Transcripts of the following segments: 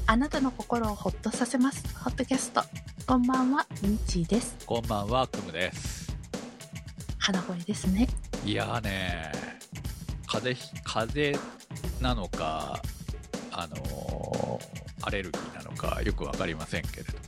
あなたの心をほっとさせますホットキャスト。こんばんは、みちです。 こんばんは、くむです。 鼻声ですね。 いやーね、風邪なのかアレルギーなのかよくわかりませんけれど、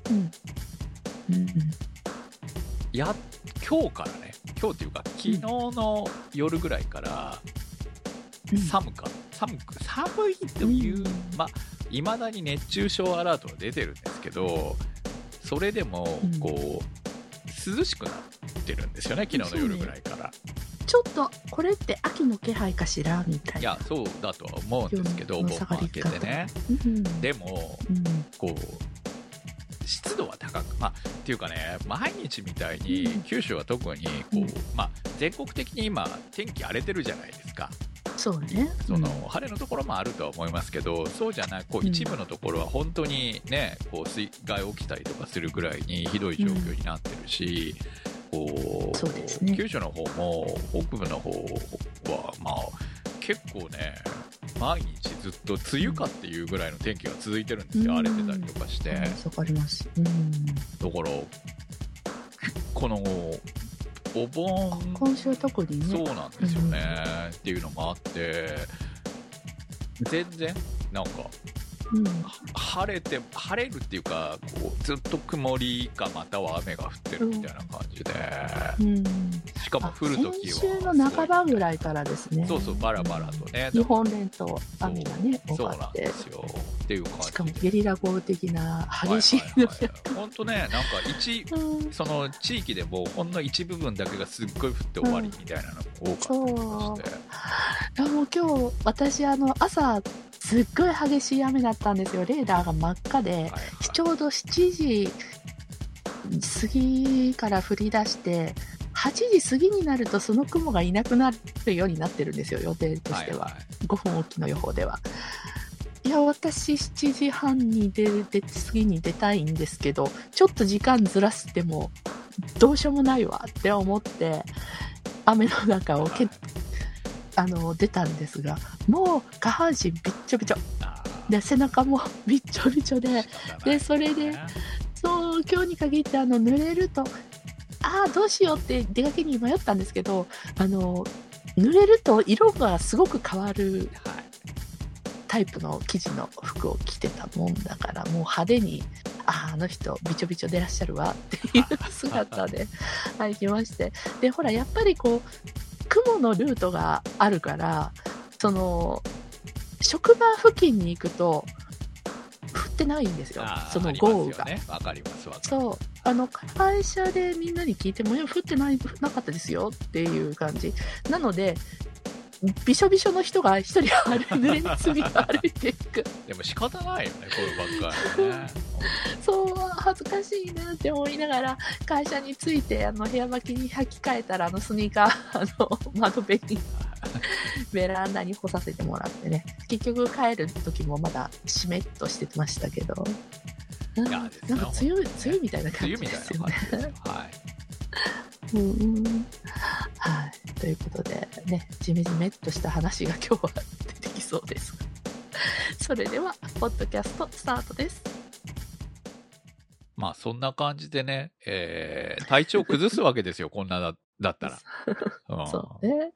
今日からね、今日っていうか昨日の夜ぐらいから寒いという、いまだに熱中症アラートが出てるんですけど、それでもこう、涼しくなってるんですよね、昨日の夜ぐらいから。 ちょっとこれって秋の気配かしらみたいな。 いや、そうだとは思うんですけど、僕も開けてね、でも、こう湿度は高く、っていうかね、毎日みたいに九州は特にこう、全国的に今天気荒れてるじゃないですか。 そうね、 晴れのところもあるとは思いますけど、そうじゃない、こう一部のところは本当にね、こう水害起きたりとかするぐらいにひどい状況になってるし、こうそうですね、 九州の方も北部の方は結構ね、毎日ずっと梅雨かっていうぐらいの天気が続いてるんですよ、荒れてたりとかして。 わかります。 だからこのお盆、 今週は特にね、 そうなんですよね、っていうのもあって、全然なんか、晴れるっていうか、こうずっと曇りかまたは雨が降ってるみたいな感じで、しかも降るときは先週の半ばぐらいからですね。 そうバラバラとね、 日本列島雨がね多かって、 そうなんですよっていう感じで、 しかもゲリラ豪雨的な激しい本当ね、なんかその地域でもほんの一部分だけがすっごい降って終わりみたいなのが多かったりして、 もう今日私朝すっごい激しい雨だったんですよ。レーダーが真っ赤で、ちょうど7時過ぎから降り出して8時過ぎになるとその雲がいなくなるようになってるんですよ、予定としては、5分おきの予報では。いや、私7時半に次に出たいんですけど、ちょっと時間ずらしてもどうしようもないわって思って雨の中を出たんですが、もう下半身びっちょびちょで、背中もびっちょびちょで、それでそう今日に限って濡れるとどうしようって出かけに迷ったんですけど、濡れると色がすごく変わるタイプの生地の服を着てたもんだから、もう派手にあの人びちょびちょでらっしゃるわっていう姿で行きまして、でほらやっぱりこう雲のルートがあるから、その職場付近に行くと降ってないんですよ、その豪雨が。 わかります。 そう会社でみんなに聞いても降ってなかったですよっていう感じなので、びしょびしょの人が一人濡れに罪を歩いていくでも仕方ないよね、こういうばっかりねそう恥ずかしいなって思いながら会社に着いて部屋履きに履き替えたらスニーカー窓辺にベランダに干させてもらってね、結局帰る時もまだ湿っとしてましたけど、なんか梅雨みたいな感じですよね。はい、ということでね、ジメジメっとした話が今日は出てきそうです。それではポッドキャストスタートです。 そんな感じでね、体調崩すわけですよこんなだったら。 そうね。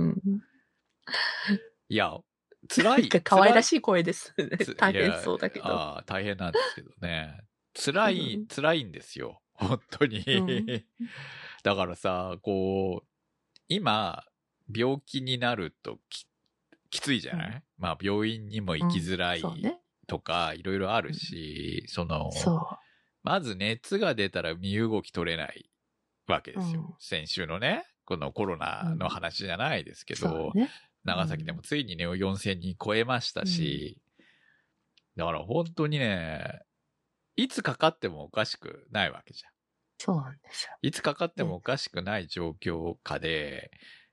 いや、辛い。 可愛らしい声ですね。大変そうだけど。 大変なんですけどね。辛いんですよ。本当に。だからさ、こう、今、病気になるときついじゃない？病院にも行きづらいとか、いろいろあるし、まず熱が出たら身動き取れないわけですよ。先週のね、このコロナの話じゃないですけど、長崎でもついにね、4000人超えましたし、だから本当にね、いつかかってもおかしくないわけじゃん。 そうなんですよ。 いつかかってもおかしくない状況下で、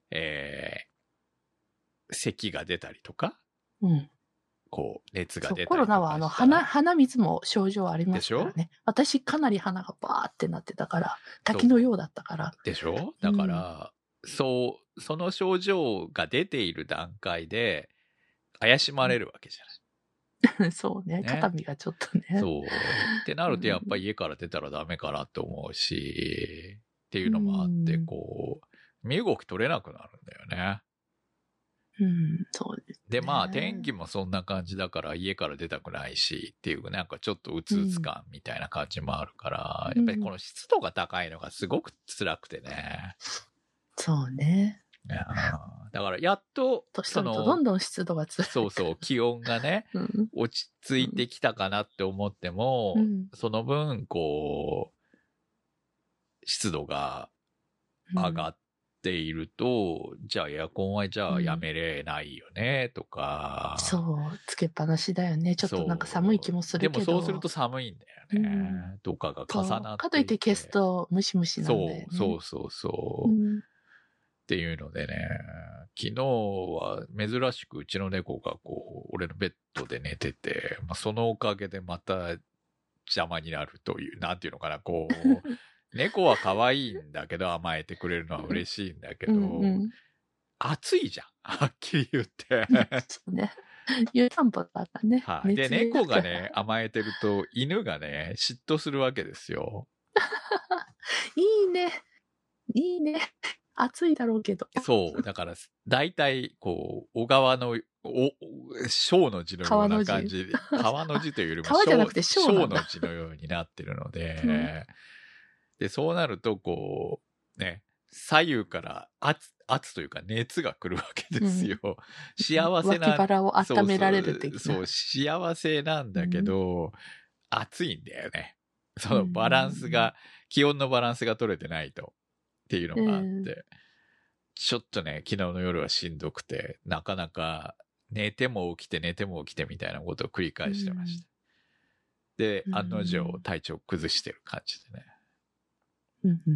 咳が出たりとか、こう熱が出たりとか。 コロナは鼻水も症状ありますからね。私かなり鼻がバーってなってたから、滝のようだったから。 でしょ？だから、その症状が出ている段階で怪しまれるわけじゃない。 そうね。 ね肩身がちょっとね。 そう。ってなるとやっぱり家から出たらダメかなって思うし、っていうのもあって、こう、身動き取れなくなるんだよね。 そうです、ね。 で、まあ天気もそんな感じだから家から出たくないしっていうなんかちょっとうつうつ感みたいな感じもあるから、やっぱりこの湿度が高いのがすごく辛くてね。 そうね。 だからやっと、 年取るとどんどん湿度が辛い。 そうそう、気温がね、落ち着いてきたかなって思っても、その分、こう、湿度が上がっていると、じゃあエアコンはじゃあやめれないよね、とか。 そう、つけっぱなしだよね。ちょっとなんか寒い気もするけど。 でもそうすると寒いんだよね。とかが重なって。 かといって消すとムシムシなんだよね。 そう。っていうのでね、昨日は珍しくうちの猫がこう、俺のベッドで寝てて、まあ、そのおかげでまた邪魔になるという、なんていうのかな、こう、猫は可愛いんだけど甘えてくれるのは嬉しいんだけど、暑いじゃん。はっきり言って。 そうね。湯たんぽだからね。 はい。で、猫がね、甘えてると犬がね、嫉妬するわけですよ。 いいね。いいね。暑いだろうけど。 そう。だから、大体、こう、小川の、小の字のような感じで、川の字というよりも、 川じゃなくて小の字のようになってるので、で、そうなると、こう、ね、左右から圧というか熱が来るわけですよ。幸せな。 脇腹を温められる的な。 そう、幸せなんだけど、暑いんだよね。そのバランスが、気温のバランスが取れてないと。っていうのがあって、ちょっとね、昨日の夜はしんどくて、なかなか寝ても起きて寝ても起きてみたいなことを繰り返してました。で、案の定体調崩してる感じでね。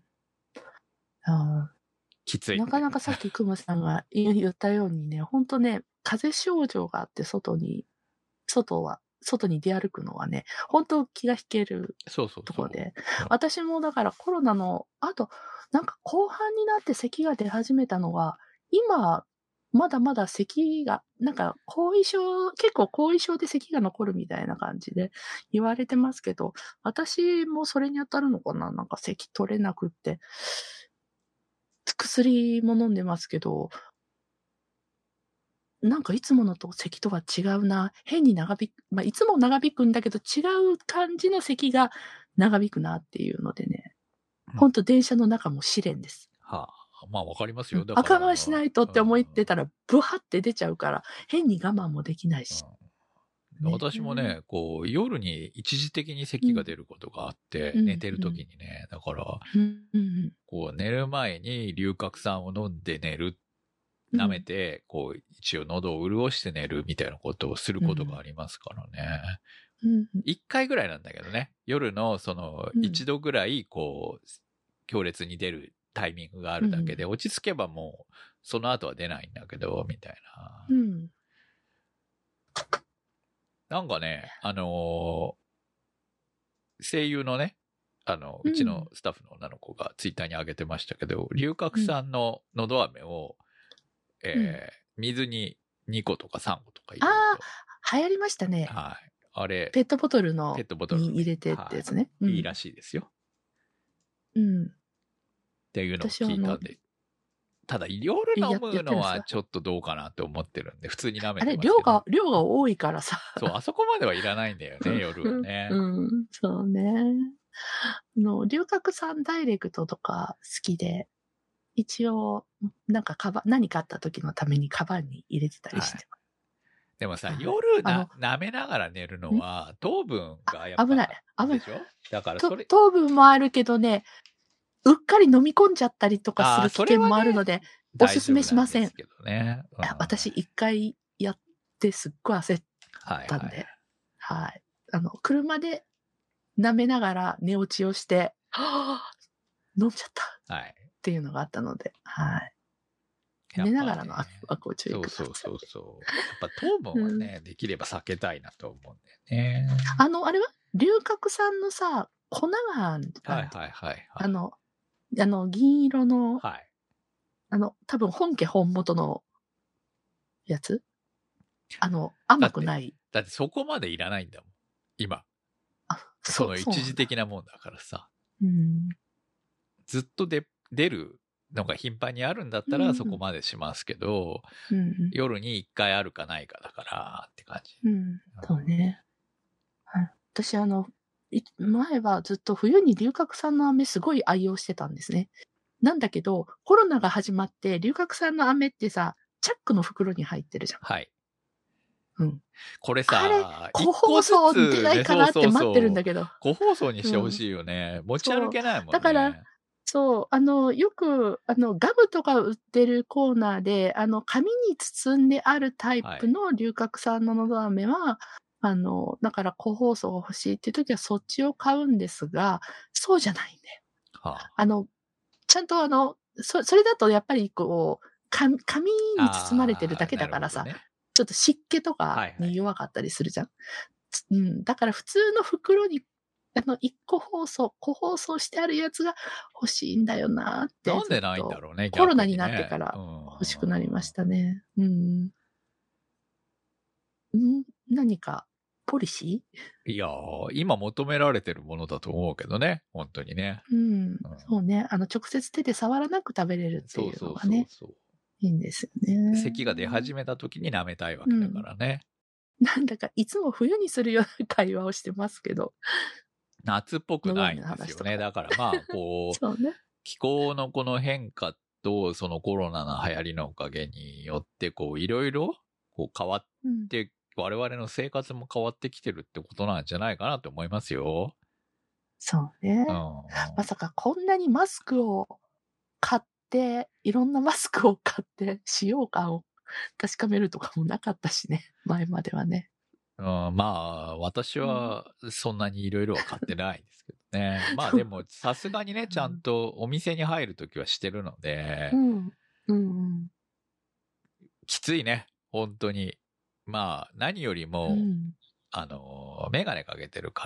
きつい。 なかなかさっきクムさんが言ったようにね、ほんとね、風邪症状があって外に出歩くのはね、本当気が引けるところで。私もだからコロナの後、なんか後半になって咳が出始めたのは、今、まだまだ咳が、なんか結構後遺症で咳が残るみたいな感じで言われてますけど、私もそれに当たるのかな？なんか咳取れなくって、薬も飲んでますけど、なんかいつものと咳とは違うな。変にいつも長引くんだけど違う感じの咳が長引くなっていうのでね。ほんと電車の中も試練です。 はあ、まあわかりますよ。 だから。我慢しないとって思ってたら、ブハって出ちゃうから、変に我慢もできないし。 私もね、こう、夜に一時的に咳が出ることがあって、寝てる時にね。だから、こう、寝る前に龍角散を飲んで寝る。舐めて、こう、一応喉を潤して寝るみたいなことをすることがありますからね。一回ぐらいなんだけどね。夜の、一度ぐらい、こう、強烈に出るタイミングがあるだけで、落ち着けばもう、その後は出ないんだけど、みたいな。なんかね、声優のね、うちのスタッフの女の子がツイッターに上げてましたけど、龍角散の喉飴を、水に2個とか3個とか入れると。 ああ、流行りましたね。 はい。あれ。 ペットボトルに入れてってやつね。 いいらしいですよ。っていうのを聞いたんで。ただ、夜飲むのはちょっとどうかなって思ってるんで、普通に舐めてますけど。 あれ、量が多いからさ。 そう、あそこまではいらないんだよね、夜はね。 そうね。龍角散ダイレクトとか好きで、一応、なんか何かあった時のためにカバンに入れてたりしてます。 でもさ、夜舐めながら寝るのは、糖分がやっぱ危ない。 でしょ？だから糖分もあるけどね、うっかり飲み込んじゃったりとかする危険もあるので、おすすめしません。私一回やってすっごい焦ったんで、はい。車で舐めながら寝落ちをして、飲んじゃった。はい。っていうのがあったので、はい。寝ながらのご注意ください。 そう。やっぱ糖分はね、できれば避けたいなと思うんだよね。 あれは龍角散のさ、粉がある。銀色の、多分本家本元のやつ甘くない。 だってそこまでいらないんだもん。今。 あ、 その一時的なもんだからさ。 うん。 ずっと出るのが頻繁にあるんだったらそこまでしますけど、 うん。 夜に1回あるかないかだからって感じ。 うん。そうね。はい。私前はずっと冬に龍角散の飴すごい愛用してたんですね。なんだけど、コロナが始まって、龍角散の飴ってさ、チャックの袋に入ってるじゃん。 はい。 うん。 これあれ、 さ、 個包装出ないかなって待ってるんだけど。 個包装にしてほしいよね。持ち歩けないもんね。 だから、そう、よく、ガムとか売ってるコーナーで、紙に包んであるタイプの龍角散ののど飴は、だから個包装が欲しいっていう時はそっちを買うんですが、そうじゃないんだよ。 はあ、ちゃんとそれだとやっぱりこう、紙に包まれてるだけだからさ、ね、ちょっと湿気とかに弱かったりするじゃん。うん。だから普通の袋に、個包装してあるやつが欲しいんだよなって。 なんでないんだろうね、 コロナになってから欲しくなりましたね。うん。何か、ポリシーいやー、今求められてるものだと思うけどね、本当にね。 うん。そうね。直接手で触らなく食べれるっていうのがね。そういいんですよね。 咳が出始めた時に舐めたいわけだからね。 なんだかいつも冬にするような会話をしてますけど。 夏っぽくないんですよね。だからまあ、こう、 そうね、 気候のこの変化と、そのコロナの流行りのおかげによって、こう、いろいろ、こう変わって、我々の生活も変わってきてるってことなんじゃないかなと思いますよ。 そうね。まさかこんなにマスクを買って、いろんなマスクを買って、使用感を確かめるとかもなかったしね。前まではね。 まあ、私はそんなにいろいろは買ってないですけどね。まあでも、さすがにね、ちゃんとお店に入るときはしてるので、きついね、本当に。まあ、何よりも、メガネかけてるから、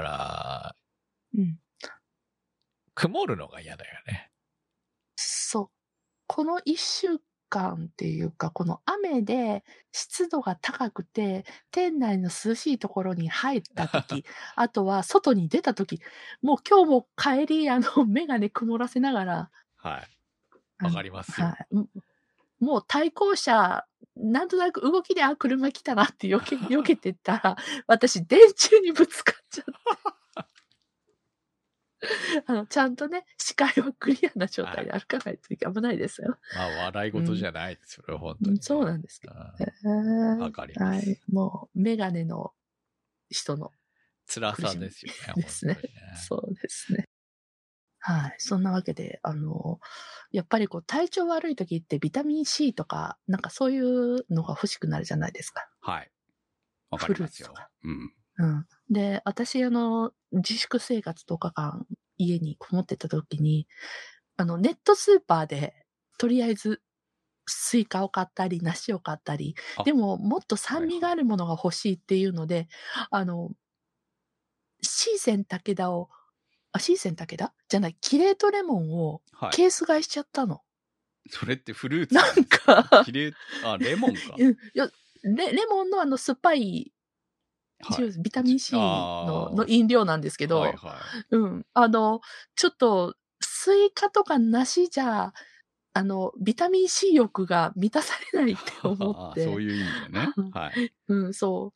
曇るのが嫌だよね。 そう。この一週間っていうか、この雨で湿度が高くて、店内の涼しいところに入ったとき、あとは外に出たとき、もう今日も帰り、メガネ曇らせながら。 はい。わかりますよ。 もう対向車、なんとなく動きで、車来たなって避けてたら、私、電柱にぶつかっちゃって。ちゃんとね、視界はクリアな状態で歩かないと危ないですよ。 まあ、笑い事じゃないですよね、本当に、ね。 そうなんですけど。 わかります。 もう、メガネの人の辛さですよね、 ですね。そうですね。はい。そんなわけで、やっぱりこう、体調悪い時ってビタミン C とか、なんかそういうのが欲しくなるじゃないですか。 はい。わかりますよ。 で、私、自粛生活10日間、家にこもってた時に、ネットスーパーで、とりあえず、スイカを買ったり、梨を買ったり、でも、もっと酸味があるものが欲しいっていうので、シーセン武田じゃない、キレートレモンをケース買いしちゃったの。 それってフルーツなんかレモンか。 いや、レモンの酸っぱいジュース、ビタミン C の飲料なんですけど、ちょっと、スイカとか梨じゃ、ビタミン C 欲が満たされないって思って。 そういう意味でね。はい。 そう。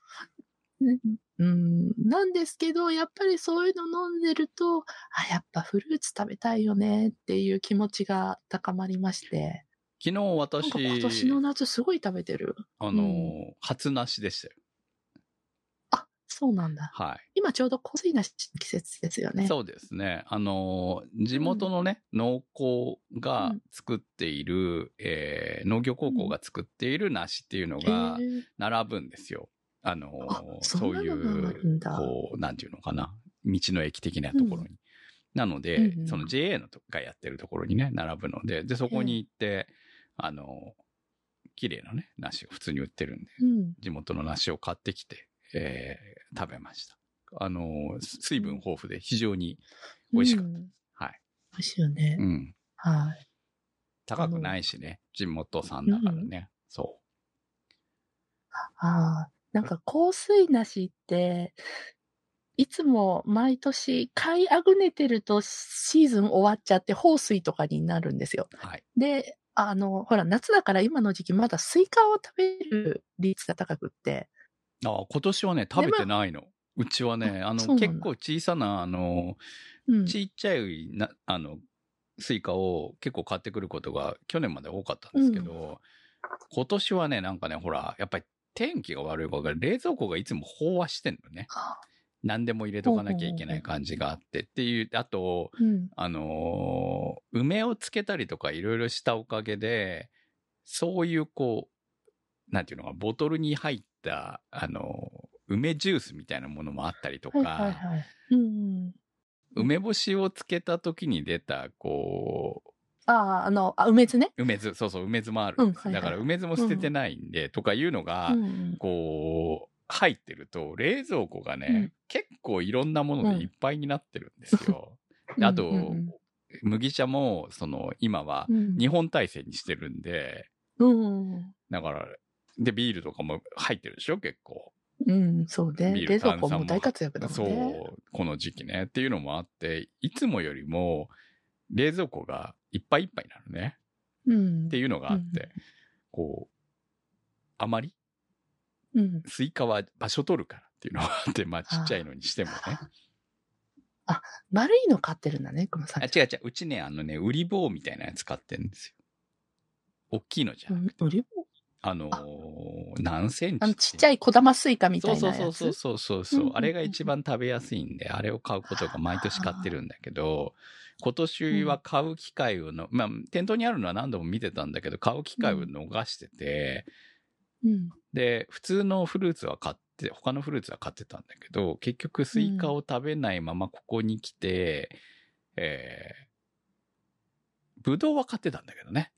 なんですけど、やっぱりそういうの飲んでると、やっぱフルーツ食べたいよねっていう気持ちが高まりまして。 昨日私、 今年の夏すごい食べてる。 初梨でしたよ。 そうなんだ。 はい。 今ちょうど濃い梨の季節ですよね。 そうですね。地元のね、農工が作っている、農業高校が作っている梨っていうのが並ぶんですよ。そういう、こう、なんていうのかな。道の駅的なところに。なので、その JA のがやってるところにね、並ぶので、そこに行って、綺麗なね、梨を普通に売ってるんで、地元の梨を買ってきて、食べました。水分豊富で非常に美味しかった。はい。 美味しいよね。はい。 高くないしね、地元産だからね。そう。 なんか香水梨っていつも毎年買いあぐねてるとシーズン終わっちゃって豊水とかになるんですよ。 はい。 で、ほら、夏だから今の時期まだスイカを食べる率が高くって。 今年はね、食べてないの。うちはね、結構小さな、ちっちゃいスイカを結構買ってくることが去年まで多かったんですけど、今年はね、なんかね、ほら、やっぱり天気が悪いから冷蔵庫がいつも飽和してんのね。何でも入れとかなきゃいけない感じがあってっていう、あと、梅をつけたりとかいろいろしたおかげで、そういうこう、なんていうのか、ボトルに入った、梅ジュースみたいなものもあったりとか、梅干しをつけた時に出た、こう、 梅酢ね。 梅酢、そうそう、梅酢もあるんです。だから梅酢も捨ててないんで、とかいうのが、こう、入ってると、冷蔵庫がね、結構いろんなものでいっぱいになってるんですよ。あと、麦茶も、今は日本体制にしてるんで、だから、で、ビールとかも入ってるでしょ、結構。 そうね。冷蔵庫も大活躍だもんね。 そう、この時期ね。っていうのもあって、いつもよりも、冷蔵庫がいっぱいいっぱいになるね。っていうのがあって、こう、あまりスイカは場所取るからっていうのがあって、まあちっちゃいのにしてもね。 丸いの買ってるんだね、このさん。 違う。うちね、売り棒みたいなやつ買ってるんですよ。大きいのじゃなくて。 売り棒何センチちっちゃい小玉スイカみたいなやつ。 そう。あれが一番食べやすいんで、あれを買うことが毎年買ってるんだけど、今年は買う機会をまあ、店頭にあるのは何度も見てたんだけど、買う機会を逃してて、で、普通のフルーツは買って、他のフルーツは買ってたんだけど、結局スイカを食べないままここに来て、ぶどうは買ってたんだけどね。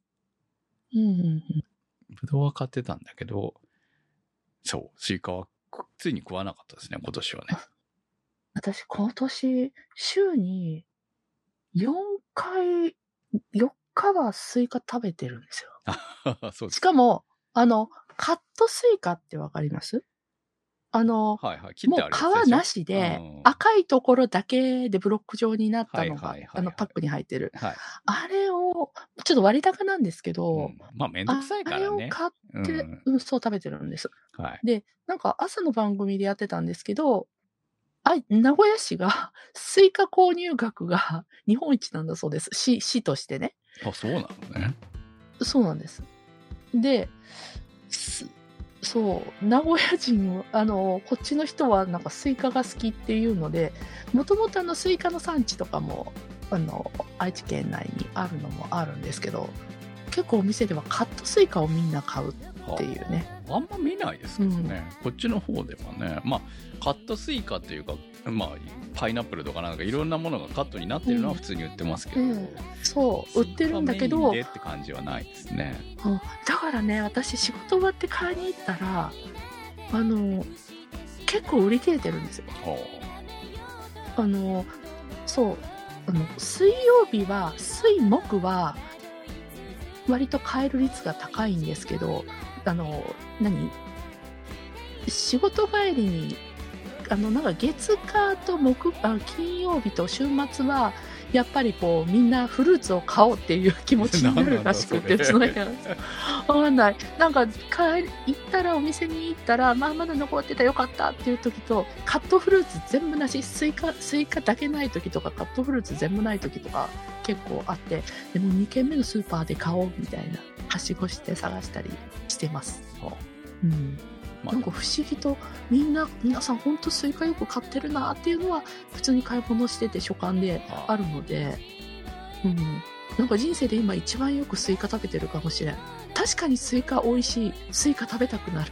ぶどうは買ってたんだけど、そう、スイカはついに食わなかったですね、今年はね。 私、今年、週に4日はスイカ食べてるんですよ。 そうです。 しかも、カットスイカってわかります？もう皮なしで、赤いところだけでブロック状になったのが、パックに入ってる。あれを、ちょっと割高なんですけど、 まあめんどくさいからね。 あれを買って、そう食べてるんです。で、なんか朝の番組でやってたんですけど、名古屋市がスイカ購入額が日本一なんだそうです。市としてね。 そうなのね。 そうなんです。で、そう、名古屋人、こっちの人はなんかスイカが好きっていうので、もともとスイカの産地とかも、愛知県内にあるのもあるんですけど、結構お店ではカットスイカをみんな買うっていうね。 あんま見ないですけどね。こっちの方ではね。まあ、カットスイカっていうか、まあ、パイナップルとかなんかいろんなものがカットになってるのは普通に売ってますけど。 そう、売ってるんだけど。 メインでって感じはないですね。 だからね、私仕事終わって買いに行ったら、結構売り切れてるんですよ。そう、水曜日は、水木は、割と買える率が高いんですけど、仕事帰りに、なんか月火と金曜日と週末は、やっぱりこう、みんなフルーツを買おうっていう気持ちになるらしくて、わかんない。なんか、行ったら、お店に行ったら、まだ残ってたよかったっていう時と、カットフルーツ全部なし、スイカだけない時とか、カットフルーツ全部ない時とか、結構あって、でも2軒目のスーパーで買おうみたいな、はしごして探したりしてます。なんか不思議と皆さん本当スイカよく買ってるなっていうのは普通に買い物してて所感であるので、なんか人生で今一番よくスイカ食べてるかもしれん。確かにスイカ美味しい。スイカ食べたくなる。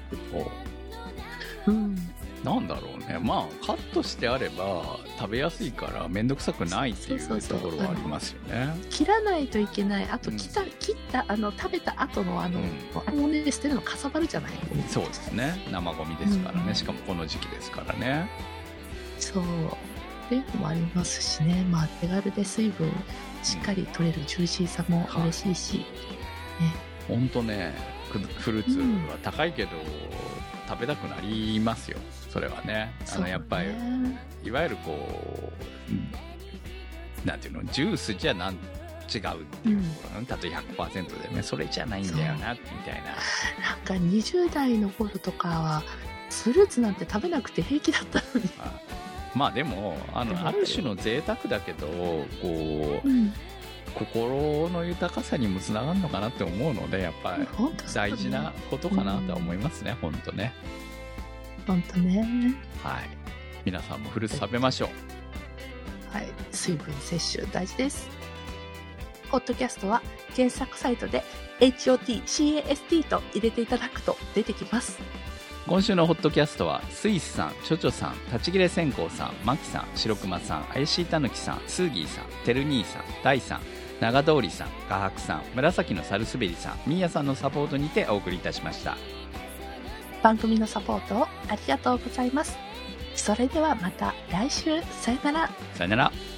なんだろうね。まあカットしてあれば食べやすいからめんどくさくないっていうところはありますよね。 切らないといけない。あと切った食べた後のもね、捨てるのかさばるじゃない。 そうですね。生ゴミですからね。しかもこの時期ですからね。 そうっていうのもありますしね。まあ手軽で水分しっかり取れるジューシーさも嬉しいし、 ほんとね、フルーツは高いけど、 食べたくなりますよ、それはね。やっぱりいわゆるこうなんていうの、ジュースじゃ違うっていう、たとえ 100% でね、それじゃないんだよなみたいな。 なんか20代の頃とかはフルーツなんて食べなくて平気だったのに。 まあでもある種の贅沢だけどこう、心の豊かさにもつながるのかなって思うので、やっぱり大事なことかなとは思いますね、本当ね。 本当ね。 はい。皆さんもフルーツ食べましょう。はい。水分摂取大事です。ポッドキャストは検索サイトで HOTCAST と入れていただくと出てきます。 今週のホットキャストはスイスさん、チョチョさん、立ち切れ線香さん、マキさん、白熊さん、怪しいたぬきさん、スーギーさん、てる兄さん、ダイさん、長通りさん、画伯さん、紫のサルスベリさん、ミーヤさんのサポートにてお送りいたしました。 番組のサポートをありがとうございます。それではまた来週、さよなら。 さよなら。